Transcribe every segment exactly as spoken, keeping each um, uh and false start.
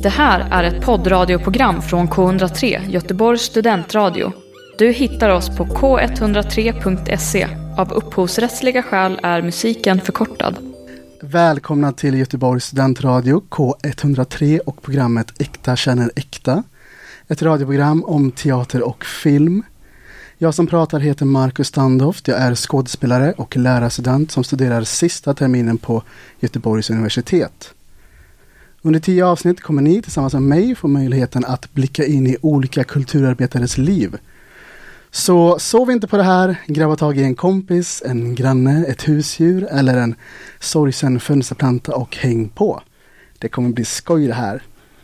Det här är ett poddradioprogram från K hundra tre, Göteborgs studentradio. Du hittar oss på k etthundratre punkt se. Av upphovsrättsliga skäl är musiken förkortad. Välkomna till Göteborgs studentradio K etthundratre och programmet Äkta känner äkta. Ett radioprogram om teater och film. Jag som pratar heter Marcus Standoft. Jag är skådespelare och lärarstudent som studerar sista terminen på Göteborgs universitet. Under tio avsnitt kommer ni tillsammans med mig få möjligheten att blicka in i olika kulturarbetares liv. Så sov inte på det här, grabba tag i en kompis, en granne, ett husdjur eller en sorgsen fönsterplanta och häng på. Det kommer bli skoj det här.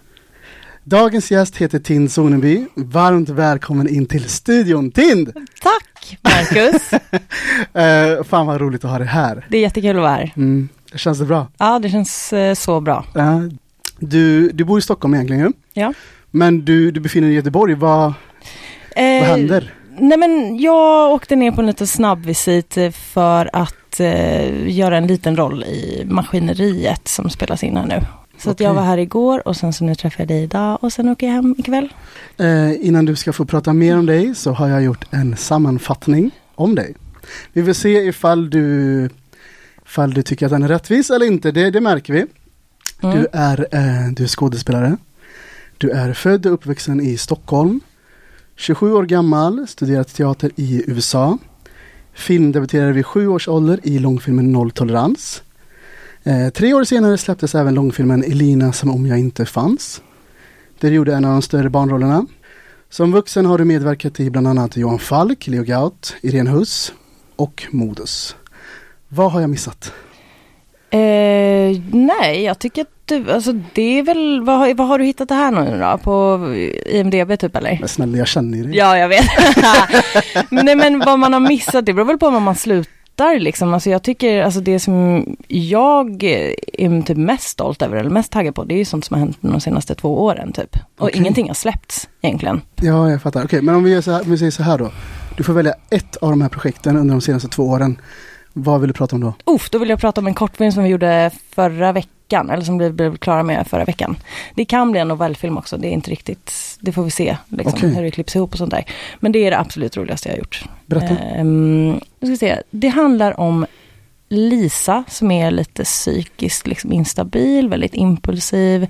Dagens gäst heter Tind Soneby. Varmt välkommen in till studion, Tind! Tack, Marcus! uh, fan vad roligt att ha dig här. Det är jättekul att vara här. Mm. Känns det bra? Ja, det känns uh, så bra. Uh, du, du bor i Stockholm egentligen. Ja. Men du, du befinner dig i Göteborg. Vad, uh, vad händer? Nej, men jag åkte ner på en liten snabbvisit för att uh, göra en liten roll i maskineriet som spelas in här nu. Så okay. Att jag var här igår och sen så nu träffade jag dig idag och sen åker jag hem ikväll. Eh, innan du ska få prata mer om dig så har jag gjort en sammanfattning om dig. Vi vill se ifall du, ifall du tycker att den är rättvis eller inte. Det, det märker vi. Mm. Du, är, eh, du är skådespelare. Du är född och uppvuxen i Stockholm. tjugosju år gammal, studerat teater i U S A. Filmdebuterade vid sju års ålder i långfilmen Nolltolerans. Eh, tre år senare släpptes även långfilmen Elina som om jag inte fanns. Där du gjorde en av de större barnrollerna. Som vuxen har du medverkat i bland annat Johan Falk, Leo Gaut, Irene Huss och Modus. Vad har jag missat? Eh, nej, jag tycker att du, alltså det är väl, vad har, vad har du hittat det här nu då? På I M D B typ eller? Men snälla, jag känner dig. Ja, jag vet. Nej, men vad man har missat, det beror väl på vad man slutar. Liksom. Alltså jag tycker, alltså det som jag är typ mest stolt över eller mest taggad på, det är ju sånt som har hänt de senaste två åren typ. Och okay. Ingenting har släppts egentligen. Ja, jag fattar. Okej, okay, men om vi, gör så här, om vi säger så här då. Du får välja ett av de här projekten under de senaste två åren. Vad vill du prata om då? Uff, då vill jag prata om en kortfilm som vi gjorde förra veckan. Eller som vi blev klara med förra veckan. Det kan bli en novellfilm också. Det är inte riktigt, det får vi se liksom, okay. hur det klipps ihop och sånt där. Men det är det absolut roligaste jag har gjort. Berätta. Ehm, jag ska se. Det handlar om Lisa som är lite psykiskt liksom, instabil, väldigt impulsiv.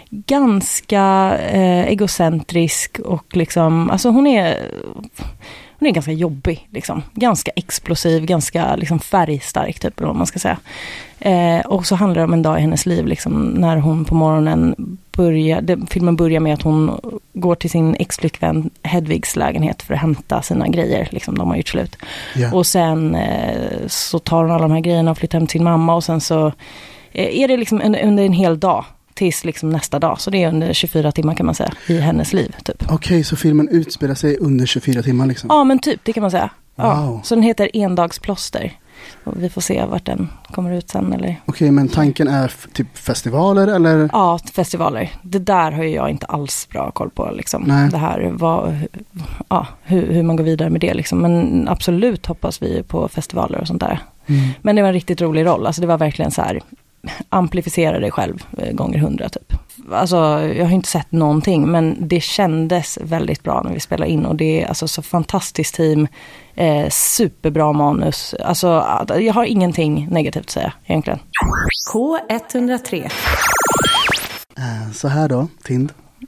Ganska eh, egocentrisk och liksom, alltså hon är... Hon är ganska jobbig, liksom. Ganska explosiv, ganska liksom, färgstark typ, eller vad man ska säga. Eh, och så handlar det om en dag i hennes liv liksom, när hon på morgonen börjar, det, filmen börjar med att hon går till sin exflickvän Hedvigs lägenhet för att hämta sina grejer, liksom, de har gjort slut. Yeah. Och sen eh, så tar hon alla de här grejerna och flyttar hem till sin mamma och sen så eh, är det liksom under, under en hel dag tills liksom nästa dag. Så det är under tjugofyra timmar kan man säga i hennes liv typ. Okej, okay, så filmen utspelar sig under tjugofyra timmar liksom? Ja, men typ, det kan man säga. Wow. Ja, så den heter Endagsplåster. Och vi får se vart den kommer ut sen. Okej, okay, men tanken är f- typ festivaler eller? Ja, festivaler. Det där har jag inte alls bra koll på liksom. Nej. Det här, vad, ja, hur, hur man går vidare med det liksom. Men absolut hoppas vi på festivaler och sånt där. Mm. Men det var en riktigt rolig roll. Alltså det var verkligen så här, amplificera dig själv eh, gånger hundra typ. Alltså jag har inte sett någonting men det kändes väldigt bra när vi spelade in och det är alltså så fantastiskt team, eh, superbra manus. Alltså jag har ingenting negativt att säga egentligen. K etthundratre. Uh, så här då, Tind.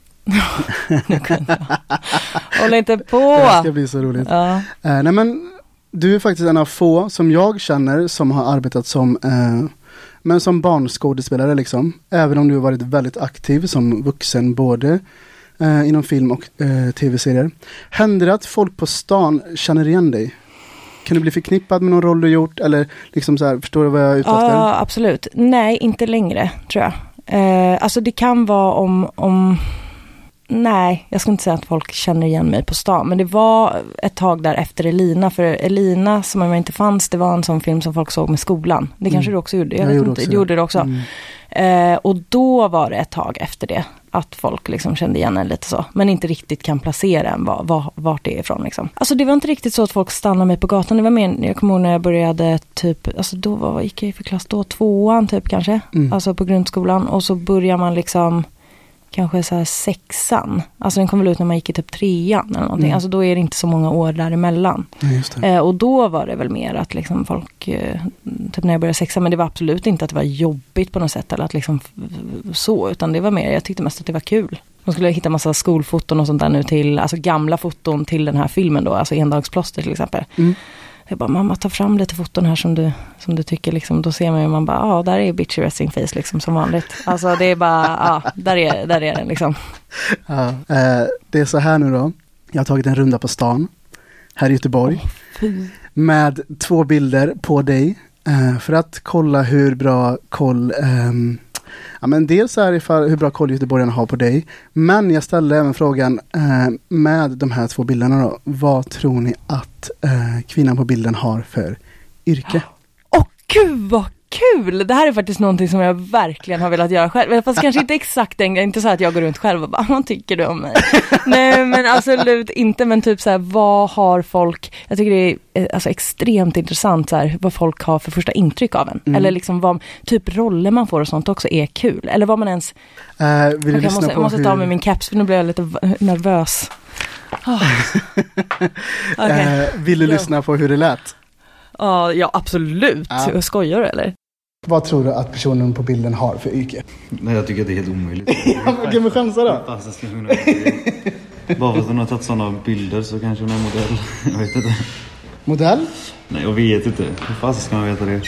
Håll inte på. Det ska bli så roligt. Ja. Uh, nej men du är faktiskt en av få som jag känner som har arbetat som uh, men som barnskådespelare liksom. Även om du har varit väldigt aktiv som vuxen både eh, inom film och eh, tv-serier. Händer det att folk på stan känner igen dig? Kan du bli förknippad med någon roll du gjort? Eller liksom så här, förstår du vad jag är ute efter? Ja, absolut. Nej, inte längre tror jag. Eh, alltså det kan vara om... om... Nej, jag ska inte säga att folk känner igen mig på stan. Men det var ett tag där efter Elina. För Elina, som om jag inte fanns, det var en sån film som folk såg med skolan. Det kanske mm. du också gjorde. Jag, jag vet gjorde inte, också. du gjorde det också. Mm. Eh, och då var det ett tag efter det. Att folk liksom kände igen en lite så. Men inte riktigt kan placera en var, var, vart det är ifrån. Liksom. Alltså det var inte riktigt så att folk stannade mig på gatan. Det var mer, jag kommer ihåg när jag började typ, alltså då var, gick jag i för klass då, tvåan typ kanske. Mm. Alltså på grundskolan. Och så börjar man liksom... kanske så här sexan. Alltså den kom väl ut när man gick i typ trean eller någonting. Mm. Alltså då är det inte så många år däremellan. Ja, just det. Eh, och då var det väl mer att liksom folk, eh, typ när jag började sexan, men det var absolut inte att det var jobbigt på något sätt eller att liksom så, utan det var mer, jag tyckte mest att det var kul. De skulle hitta massa skolfoton och sånt där nu till, alltså gamla foton till den här filmen då, alltså Endagsplåster till exempel. Mm. Jag bara, mamma, ta fram lite foton här som du, som du tycker liksom. Då ser man ju, man bara, ja, ah, där är bitchy resting face liksom som vanligt. Alltså det är bara, ja, ah, där är, där är den liksom. Ja, eh, det är så här nu då. Jag har tagit en runda på stan här i Göteborg. Oh, med två bilder på dig. Eh, för att kolla hur bra koll... Eh, ja, men dels är det för hur bra koll göteborgarna har på dig. Men jag ställde även frågan eh, med de här två bilderna då. Vad tror ni att eh, kvinnan på bilden har för yrke? Åh, oh, gud vad kul! Det här är faktiskt någonting som jag verkligen har velat göra själv. Fast kanske inte exakt den, inte så att jag går runt själv och bara, vad tycker du om mig? Nej, men absolut inte. Men typ så här, vad har folk... Jag tycker det är alltså extremt intressant så här, vad folk har för första intryck av en. Mm. Eller liksom vad typ roller man får och sånt också är kul. Eller vad man ens... Uh, vill du okay, jag måste, jag måste hur... ta med min caps för nu blir jag lite nervös. Oh. Okay. uh, vill du ja. lyssna på hur det lät? Uh, ja, absolut. Ja. Jag skojar eller? Vad tror du att personen på bilden har för yrke? Nej, jag tycker att det är helt omöjligt. Ja, men kan vi chansa då? Bara för att hon har tagit sådana bilder så kanske hon är modell. Jag vet inte. Modell? Nej, jag vet inte. Hur fast ska man veta det?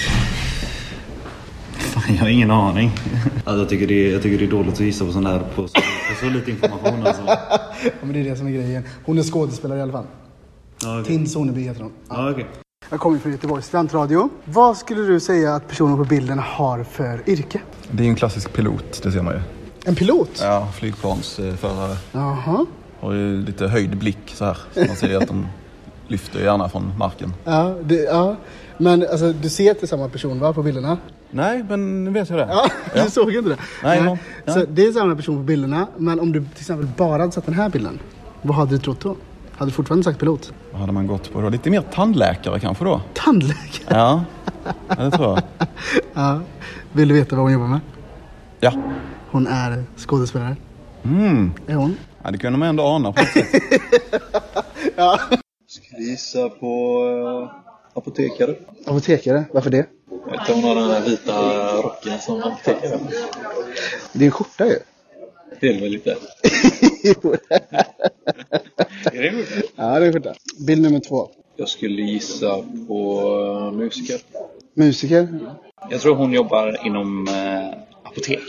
Fan, jag har ingen aning. Alltså, jag, tycker det är, jag tycker det är dåligt att gissa på sån här på så, på så lite information. Alltså. Ja, men det är det som är grejen. Hon är skådespelare i alla fall. Ja, okay. Tin Soneby heter hon. Ja, okej. Okay. Jag kommer från Göteborgs studentradio. Vad skulle du säga att personen på bilden har för yrke? Det är en klassisk pilot, det ser man ju. En pilot? Ja, flygplansförare. Jaha. Har ju lite höjd blick så här. Så man ser att de lyfter gärna från marken. Ja, det, ja. Men alltså, du ser inte samma person va, på bilderna? Nej, men nu vet jag det. Ja, du ja. såg inte det? Nej, Nej. Ja. Så det är samma person på bilderna. Men om du till exempel bara hade satt den här bilden, vad hade du trott då? Hade du fortfarande sagt pilot? Vad hade man gått på då? Lite mer tandläkare kanske då? Tandläkare? Ja, ja det tror jag. Ja. Vill du veta vad hon jobbar med? Ja. Hon är skådespelare. Mm. Är hon? Ja, det kunde man ändå ana på ett sätt. Ja. Ska gissa på uh, apotekare. Apotekare? Varför det? Jag vet inte, hon har den här vita rocken som apotekare. Det är en skjorta ju. Det är det väl lite. Är det en skjorta? Ja, det är en skjorta. Bild nummer två. Jag skulle gissa på uh, musiker. Musiker? Jag tror hon jobbar inom uh, apotek.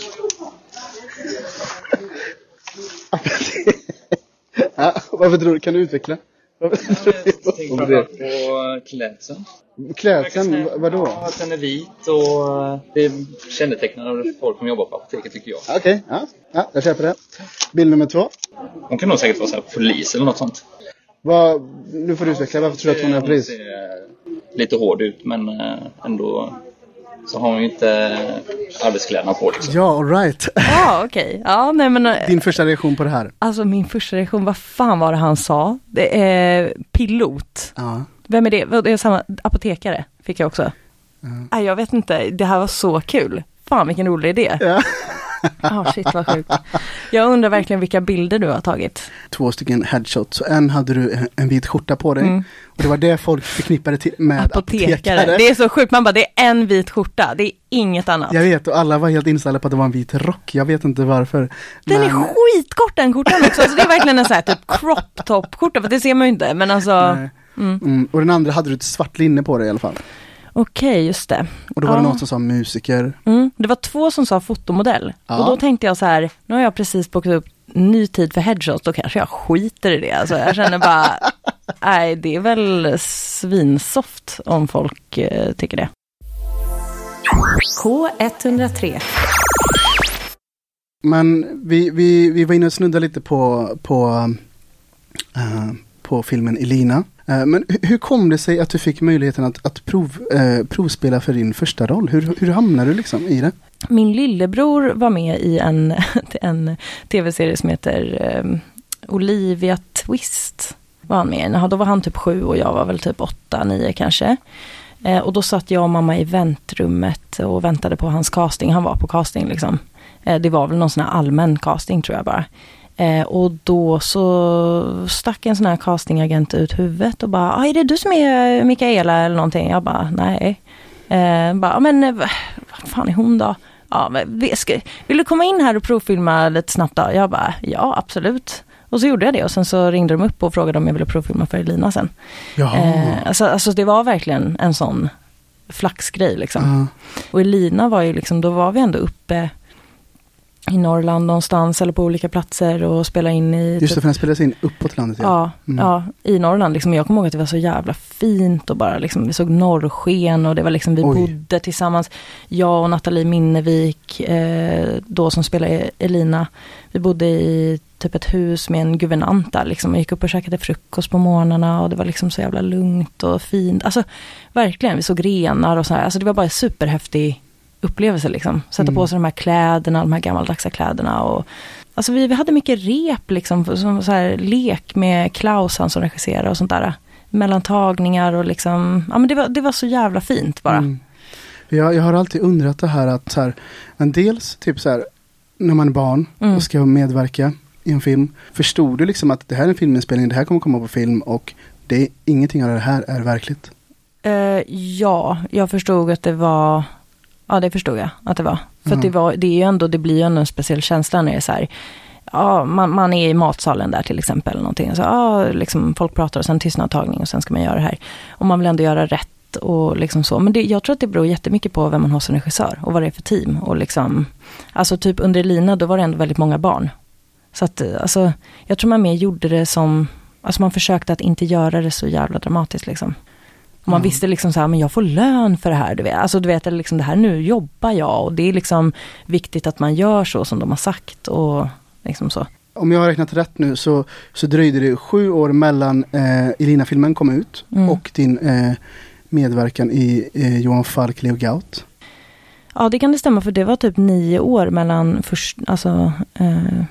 Apotek? Ja, varför tror du? Kan du utveckla? Jag tänkte på klädseln. Klädseln? Vadå? Ja, den är vit och det är kännetecknande folk som jobbar på apoteket tycker jag. Okej, okay. ja. ja, jag köper det. Bild nummer två. Hon kan nog säkert vara så här polis eller något sånt. Vad, nu får du utveckla. Varför tror du att hon är polis? Hon ser lite hård ut men ändå så har hon ju inte arbetskläderna på liksom. Ja, all right. Ja, okej. Okay. Ja, nej men din första reaktion på det här? Alltså min första reaktion, vad fan var det han sa? Det är pilot. Ja. Vem är det? Det är samma apotekare fick jag också. Ja. Nej, jag vet inte. Det här var så kul. Fan, vilken rolig idé. Ja. Oh, shit, vad sjukt. Jag undrar verkligen vilka bilder du har tagit. Två stycken headshots. Så en hade du en, en vit skjorta på dig. Mm. Och det var det folk förknippade till med apotekare. apotekare. Det är så sjukt. Man bara, det är en vit skjorta. Det är inget annat. Jag vet, och alla var helt inställda på att det var en vit rock. Jag vet inte varför. Den men... är skitkort den skjortan också. Alltså, det är verkligen en sån här typ crop top skjorta. För det ser man ju inte. Men alltså... Mm. Mm. Och den andra hade du ett svart linne på dig i alla fall. Okej, okay, just det. Och då var ja. det någon som sa musiker. Mm, det var två som sa fotomodell. Ja. Och då tänkte jag så här, nu har jag precis bokat upp ny tid för headshots, då kanske jag skiter i det. Alltså jag känner bara, nej det är väl svinsoft om folk eh, tycker det. K ett noll tre. Men vi, vi, vi var inne och snudda lite på, på, uh, på filmen Elina. Men hur kom det sig att du fick möjligheten att, att prov, eh, provspela för din första roll? Hur, hur hamnade du liksom i det? Min lillebror var med i en, en tv-serie som heter eh, Olivia Twist. Var han med. Då var han typ sju och jag var väl typ åtta, nio kanske. Eh, och då satt jag och mamma i väntrummet och väntade på hans casting. Han var på casting liksom. Eh, det var väl någon sån här allmän casting tror jag bara. Eh, och då så stack en sån här castingagent ut huvudet och bara, ah, är det du som är Mikaela eller någonting? Jag bara, nej. Eh, bara, men vad fan är hon då? Ja, men, ska, vill du komma in här och provfilma lite snabbt då? Jag bara, ja absolut. Och så gjorde jag det och sen så ringde de upp och frågade om jag ville provfilma för Elina sen. Eh, alltså, alltså det var verkligen en sån flaxgrej liksom. Uh. Och Elina var ju liksom, då var vi ändå uppe i Norrland någonstans eller på olika platser och spela in i... Just det, för den spelades in uppåt landet. Ja, ja, mm. ja i Norrland. Liksom, jag kommer ihåg att det var så jävla fint och bara liksom, vi såg norrsken och det var liksom, vi Oj. bodde tillsammans. Jag och Nathalie Minnevik, eh, då som spelade Elina, vi bodde i typ ett hus med en guvernant där liksom, och gick upp och käkade frukost på morgnarna och det var liksom så jävla lugnt och fint. Alltså verkligen, vi såg renar och så här. Alltså det var bara superhäftig upplevelse liksom. Sätta mm. på sig de här kläderna, de här gammaldagsa kläderna och alltså vi, vi hade mycket rep liksom, som så här lek med Klaus han som regisserade och sånt där. Mellantagningar och liksom, ja men det var, det var så jävla fint bara. Mm. Jag, jag har alltid undrat det här att så här, men dels typ så här, när man är barn mm. och ska medverka i en film, förstod du liksom att det här är en filminspelning, det här kommer komma på film och det är, ingenting av det här är verkligt? Uh, ja, jag förstod att det var Ja, det förstod jag att det var. För mm. att det, var, det är ju ändå, det blir ju ändå en speciell känsla när det är så här, ja, man, man är i matsalen där till exempel eller någonting. Så, ja, liksom, folk pratar och sen tystnadtagning och sen ska man göra det här. Och man vill ändå göra rätt och liksom så. Men det, jag tror att det beror jättemycket på vem man har som regissör och vad det är för team. Och liksom, alltså typ under Elina, då var det ändå väldigt många barn. Så att, alltså, jag tror man mer gjorde det som, alltså man försökte att inte göra det så jävla dramatiskt liksom. Och man visste liksom så här, men jag får lön för det här, du vet. Alltså du vet, liksom det här nu jobbar jag och det är liksom viktigt att man gör så som de har sagt och liksom så. Om jag har räknat rätt nu så, så dröjde det sju år mellan eh, Elina-filmen kom ut mm. och din eh, medverkan i eh, Johan Falk, Leo Gaut. Ja, det kan det stämma för det var typ nio år mellan först, alltså eh,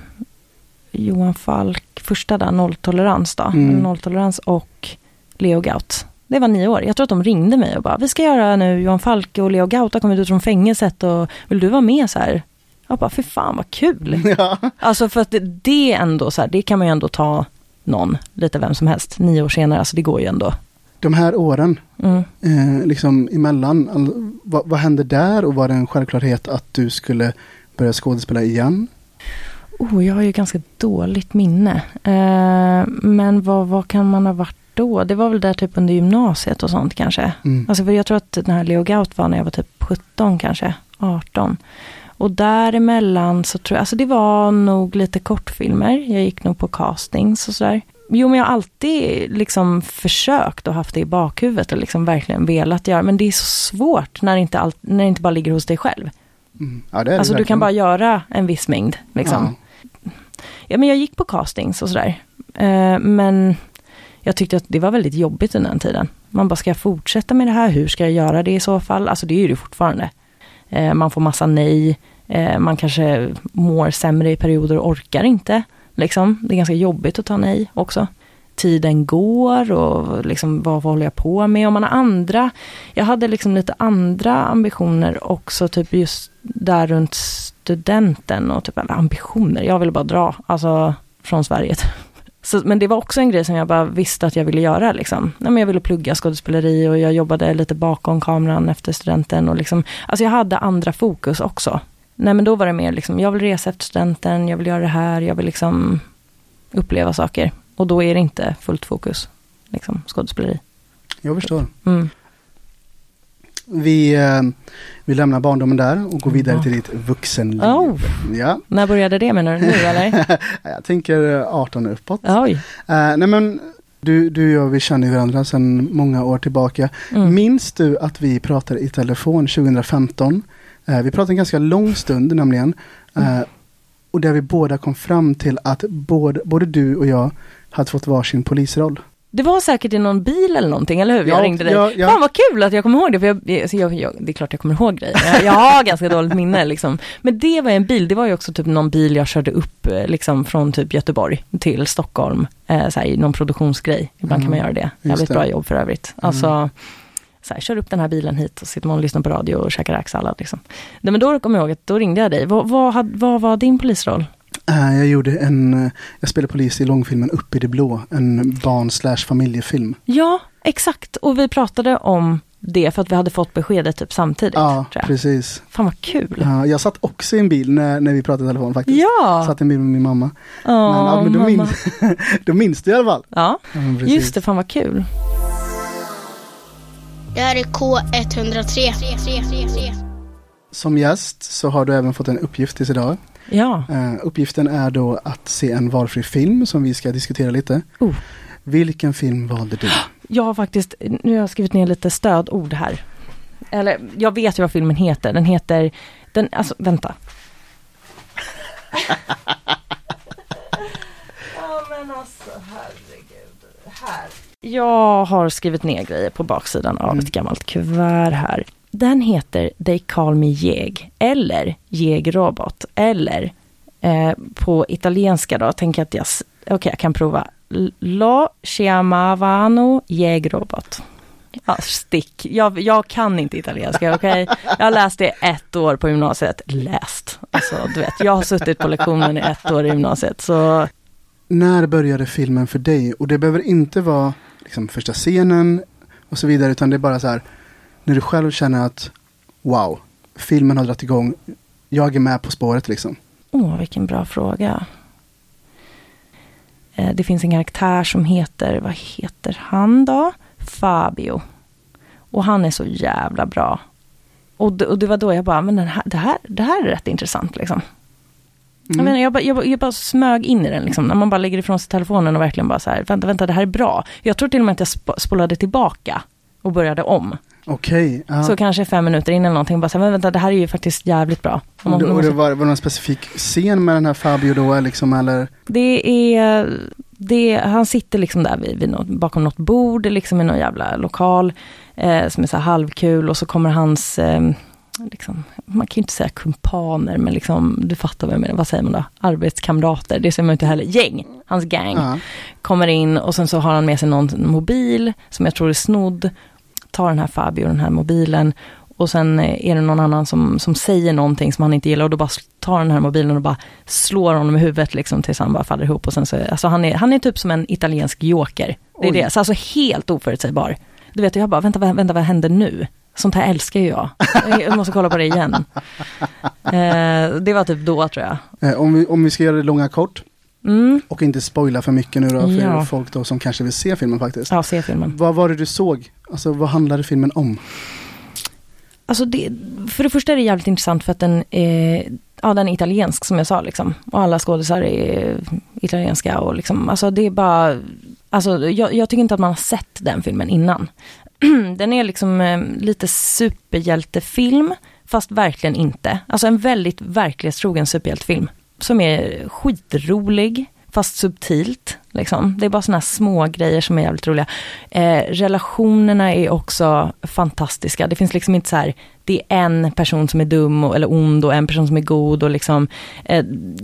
Johan Falk, första där, nolltolerans då, mm. nolltolerans och Leo Gaut. Det var nio år. Jag tror att de ringde mig och bara, vi ska göra nu Johan Falk och Leo Gaut har kommit ut från fängelset och vill du vara med så här? Jag bara, för fan vad kul. Ja. Alltså för att det, det är ändå så här, det kan man ju ändå ta någon, lite vem som helst, nio år senare, alltså det går ju ändå. De här åren, mm. eh, liksom emellan, all, vad, vad hände där och var det en självklarhet att du skulle börja skådespela igen? Oh, jag har ju ganska dåligt minne. Eh, men vad, vad kan man ha varit då? Det var väl där typ under gymnasiet och sånt kanske. Mm. Alltså för jag tror att den här Leo Gaut var när jag var typ sjutton kanske, arton. Och däremellan så tror jag, alltså det var nog lite kortfilmer. Jag gick nog på castings och sådär. Jo, men jag har alltid liksom försökt och haft det i bakhuvudet och liksom verkligen velat göra. Men det är så svårt när det inte, all, när det inte bara ligger hos dig själv. Mm. Ja, det är alltså det du kan bara göra en viss mängd liksom. Ja, ja men jag gick på castings och sådär. Uh, men jag tyckte att det var väldigt jobbigt under den tiden. Man bara, ska jag fortsätta med det här? Hur ska jag göra det i så fall? Alltså det är ju det fortfarande. Eh, man får massa nej. Eh, man kanske mår sämre i perioder och orkar inte. Liksom. Det är ganska jobbigt att ta nej också. Tiden går och liksom, vad håller jag på med? Om man har andra... Jag hade liksom lite andra ambitioner också. Typ just där runt studenten och typ alla ambitioner. Jag ville bara dra alltså, från Sverige. Så, men det var också en grej som jag bara visste att jag ville göra. Liksom. Nej, men jag ville plugga skådespeleri och jag jobbade lite bakom kameran efter studenten. Och liksom, alltså jag hade andra fokus också. Nej, men då var det mer liksom, jag vill resa efter studenten, jag vill göra det här, jag vill liksom uppleva saker. Och då är det inte fullt fokus, liksom, skådespeleri. Jag förstår. Mm. Vi, eh, vi lämnar barndomen där och går vidare mm. till ditt vuxenliv. Oh. Ja. När började det, menar du nu eller? Jag tänker arton uppåt. Oj. Uh, nej men, du, du och jag, vi känner varandra sedan många år tillbaka. Mm. Minns du att vi pratade i telefon tjugo femton? Uh, vi pratade en ganska lång stund nämligen. Uh, mm. Och där vi båda kom fram till att både, både du och jag hade fått varsin polisroll. Det var säkert i någon bil eller någonting, eller hur? Ja, jag ringde dig. Ja, ja. Fan vad kul att jag kommer ihåg det. För jag, jag, jag, det är klart jag kommer ihåg grejer. Jag, jag har ganska dåligt minne. Liksom. Men det var en bil. Det var ju också typ någon bil jag körde upp liksom, från typ Göteborg till Stockholm. Eh, så här, i någon produktionsgrej. Ibland mm. kan man göra det. Jävligt bra jobb för övrigt. Alltså, mm. Så här, kör upp den här bilen hit och sitter man och lyssnar på radio och käkar räksallad. Liksom. Nej, men då kommer jag ihåg att då ringde jag dig. Vad, vad, had, vad var din polisroll? Jag gjorde en, jag spelade polis i långfilmen Upp i det blå, en barn slash familjefilm. Ja, exakt. Och vi pratade om det för att vi hade fått beskedet typ samtidigt. Ja, tror jag. precis. Fan vad kul. Ja, jag satt också i en bil när, när vi pratade i telefon faktiskt. Ja. Satt i en bil med min mamma. Åh, men, ja, men då, mamma. minns, då minns du i alla fall. Ja, ja just det. Fan vad kul. Det här är K etthundratre. Som gäst så har du även fått en uppgift till idag. Ja. Uh, uppgiften är då att se en valfri film som vi ska diskutera lite. Uh. Vilken film valde du? Jag har faktiskt, nu har jag skrivit ner lite stödord här. Eller, jag vet ju vad filmen heter. Den heter, den, alltså, vänta. Ja, men alltså, herregud. Här. Jag har skrivit ner grejer på baksidan av mm. ett gammalt kuvert här. Den heter They Call Me Jeg, eller Jeg Robot, eller eh, på italienska då, tänker jag att jag, okej okay, jag kan prova. Lo chiamavano Jeg Robot. Ja, stick. Jag, jag kan inte italienska, okej? Okay? Jag läste ett år på gymnasiet. Läst. Alltså, du vet, jag har suttit på lektionen i ett år i gymnasiet, så... När började filmen för dig? Och det behöver inte vara liksom första scenen och så vidare, utan det är bara så här, när du själv känner att wow, filmen har dragit igång, jag är med på spåret liksom. Åh, oh, vilken bra fråga. Eh, det finns en karaktär som heter, vad heter han då? Fabio. Och han är så jävla bra. Och det, och det var då jag bara, men den här, det, här, det här är rätt intressant liksom. Mm. Jag, menar, jag, bara, jag, jag bara smög in i den liksom, när man bara lägger ifrån sig telefonen och verkligen bara så här, vänta, vänta, det här är bra. Jag tror till och med att jag sp- spolade tillbaka och började om. Okej. Okay, så kanske fem minuter in eller någonting, bara så här, men vänta, det här är ju faktiskt jävligt bra. Och, och, och det var, var det någon specifik scen med den här Fabio då, liksom, eller? Det är, det är, han sitter liksom där vid, vid något, bakom något bord, liksom i någon jävla lokal eh, som är så här halvkul, och så kommer hans... Eh, liksom, man kan ju inte säga kumpaner, men liksom, du fattar vad jag menar, vad säger man då? Arbetskamrater, det säger man inte heller. Gäng, hans gang uh-huh. kommer in, och sen så har han med sig någon mobil som jag tror är snodd, tar den här Fabio, den här mobilen, och sen är det någon annan som, som säger någonting som han inte gillar, och då bara tar den här mobilen och bara slår honom i huvudet liksom, tills han bara faller ihop, och sen så, alltså han är, han är typ som en italiensk joker, det är Oj. det, så alltså helt oförutsägbar. Du vet, jag bara, vänta, vänta, vad händer nu? Sånt här älskar ju jag. Jag måste kolla på det igen. Eh, det var typ då, tror jag. Eh, om, vi, om vi ska göra det långa kort. Mm. Och inte spoila för mycket nu då, för ja. folk då som kanske vill se filmen faktiskt. Ja, se filmen. Vad var det du såg? Alltså, vad handlade filmen om? Alltså, det, för det första är det jävligt intressant för att den är, ja, den är italiensk, som jag sa liksom. Och alla skådespelare är italienska, och liksom, alltså det är bara... Alltså, jag, jag tycker inte att man har sett den filmen innan. Den är liksom eh, lite superhjältefilm, fast verkligen inte. Alltså en väldigt verklighetstrogen superhjältefilm som är skitrolig, fast subtilt liksom. Det är bara såna här små grejer som är jävligt roliga. Eh, relationerna är också fantastiska. Det finns liksom inte så här, det är en person som är dum och, eller ond, och en person som är god, och liksom eh,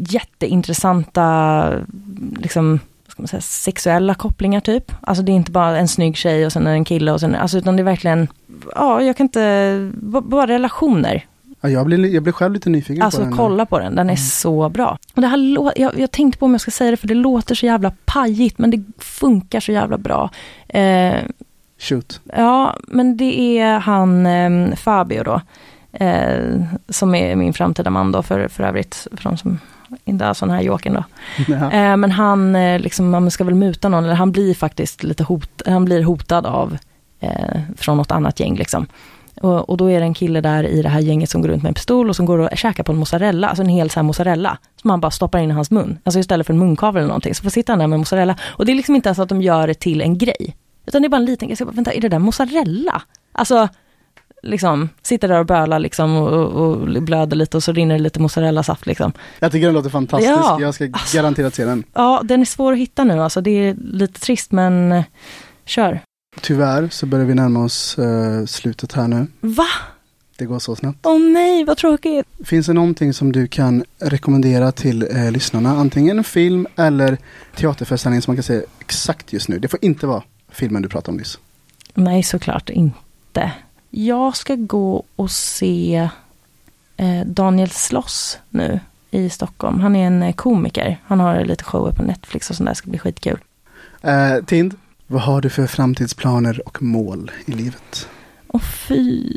jätteintressanta liksom, ska man säga, sexuella kopplingar typ. Alltså det är inte bara en snygg tjej och sen en kille och sen, alltså, utan det är verkligen, ja, jag kan inte, bara relationer. Ja, jag blir, jag blir själv lite nyfiken alltså, på den. Alltså kolla på den, den är mm. så bra. Och det här, jag, jag tänkte på om jag ska säga det, för det låter så jävla pajigt, men det funkar så jävla bra. Eh, Shoot. Ja, men det är han eh, Fabio då, eh, som är min framtida man då, för, för övrigt, för de som inte är sån här jokern då. Ja. Eh, men han eh, liksom, man ska väl muta någon, eller han blir faktiskt lite hot, han blir hotad av eh, från något annat gäng liksom. Och, och då är det en kille där i det här gänget som går runt med en pistol och som går och käkar på en mozzarella, alltså en hel så här mozzarella som man bara stoppar in i hans mun. Alltså istället för en munkavel eller någonting, så får sitta han där med mozzarella. Och det är liksom inte så att de gör det till en grej, utan det är bara en liten grej. Så, vänta, är det där mozzarella? Alltså liksom, sitter där och bölar liksom, och, och blöder lite, och så rinner det lite mozzarella-saft liksom. Jag tycker den låter fantastisk. Ja, jag ska alltså, garanterat se den. Ja, den är svår att hitta nu. Alltså det är lite trist, men eh, kör. Tyvärr så börjar vi närma oss eh, slutet här nu. Va? Det går så snabbt. Åh oh, nej, vad tråkigt. Finns det någonting som du kan rekommendera till eh, lyssnarna? Antingen en film eller teaterföreställning som man kan säga exakt just nu. Det får inte vara filmen du pratade om nyss. Nej, såklart inte. inte. Jag ska gå och se eh, Daniel Sloss nu i Stockholm. Han är en eh, komiker. Han har lite shower på Netflix och sånt där. Ska bli skitkul. Eh, Tind, vad har du för framtidsplaner och mål i livet? Åh fy.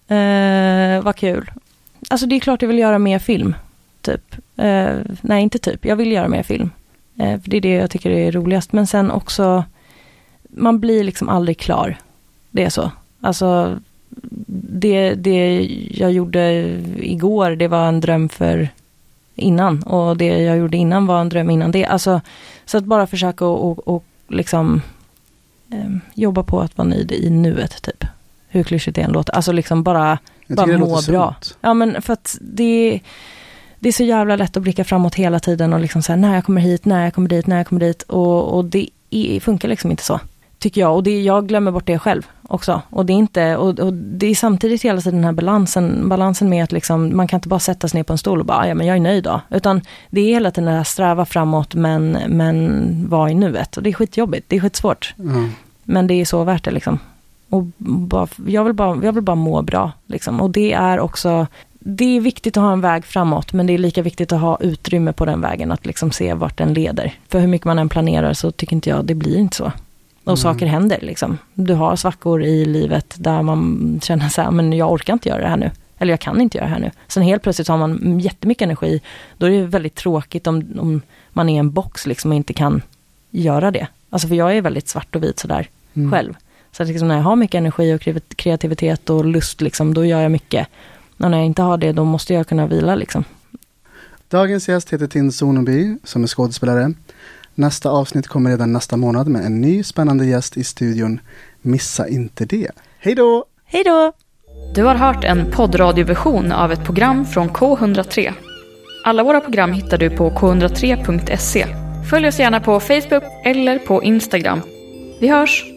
Eh, vad kul. Alltså det är klart jag vill göra mer film. Typ. Eh, nej, inte typ. Jag vill göra mer film. Eh, för det är det jag tycker är roligast. Men sen också, man blir liksom aldrig klar. Det är så. Alltså, det, det jag gjorde igår, det var en dröm för innan. Och det jag gjorde innan var en dröm innan det. Alltså, så att bara försöka och, och, och liksom eh, jobba på att vara nöjd i nuet, typ. Hur klyschigt det än låter. Alltså liksom bara, bara må bra. Sunt. Ja, men för att det det är så jävla lätt att blicka framåt hela tiden och liksom säga när jag kommer hit, när jag kommer dit, när jag kommer dit. Och, och det är, funkar liksom inte så, tycker jag. Och det, jag glömmer bort det själv också. Och det är inte, och, och det är samtidigt hela tiden den här balansen, balansen med att liksom, man kan inte bara sätta sig ner på en stol och bara, ja men jag är nöjd då. Utan det är hela tiden att sträva framåt men, men vara i nuet. Och det är skitjobbigt, det är skitsvårt. Mm. Men det är så värt det liksom. Och bara, jag, vill bara, jag vill bara må bra liksom. Och det är också, det är viktigt att ha en väg framåt, men det är lika viktigt att ha utrymme på den vägen, att liksom se vart den leder. För hur mycket man än planerar så tycker inte jag, det blir inte så. Och mm. saker händer liksom. Du har svackor i livet där man känner så här, men jag orkar inte göra det här nu. Eller jag kan inte göra det här nu. Sen helt plötsligt har man jättemycket energi. Då är det väldigt tråkigt om, om man är i en box liksom och inte kan göra det. Alltså för jag är väldigt svart och vit sådär mm. själv. Så att liksom när jag har mycket energi och kreativitet och lust liksom, då gör jag mycket. Och när jag inte har det, då måste jag kunna vila liksom. Dagens gäst heter Tind Sonoby, som är skådespelare. Nästa avsnitt kommer redan nästa månad med en ny spännande gäst i studion. Missa inte det. Hej då! Hej då! Du har hört en poddradioversion av ett program från K one oh tre. Alla våra program hittar du på k one oh tre punkt se. Följ oss gärna på Facebook eller på Instagram. Vi hörs!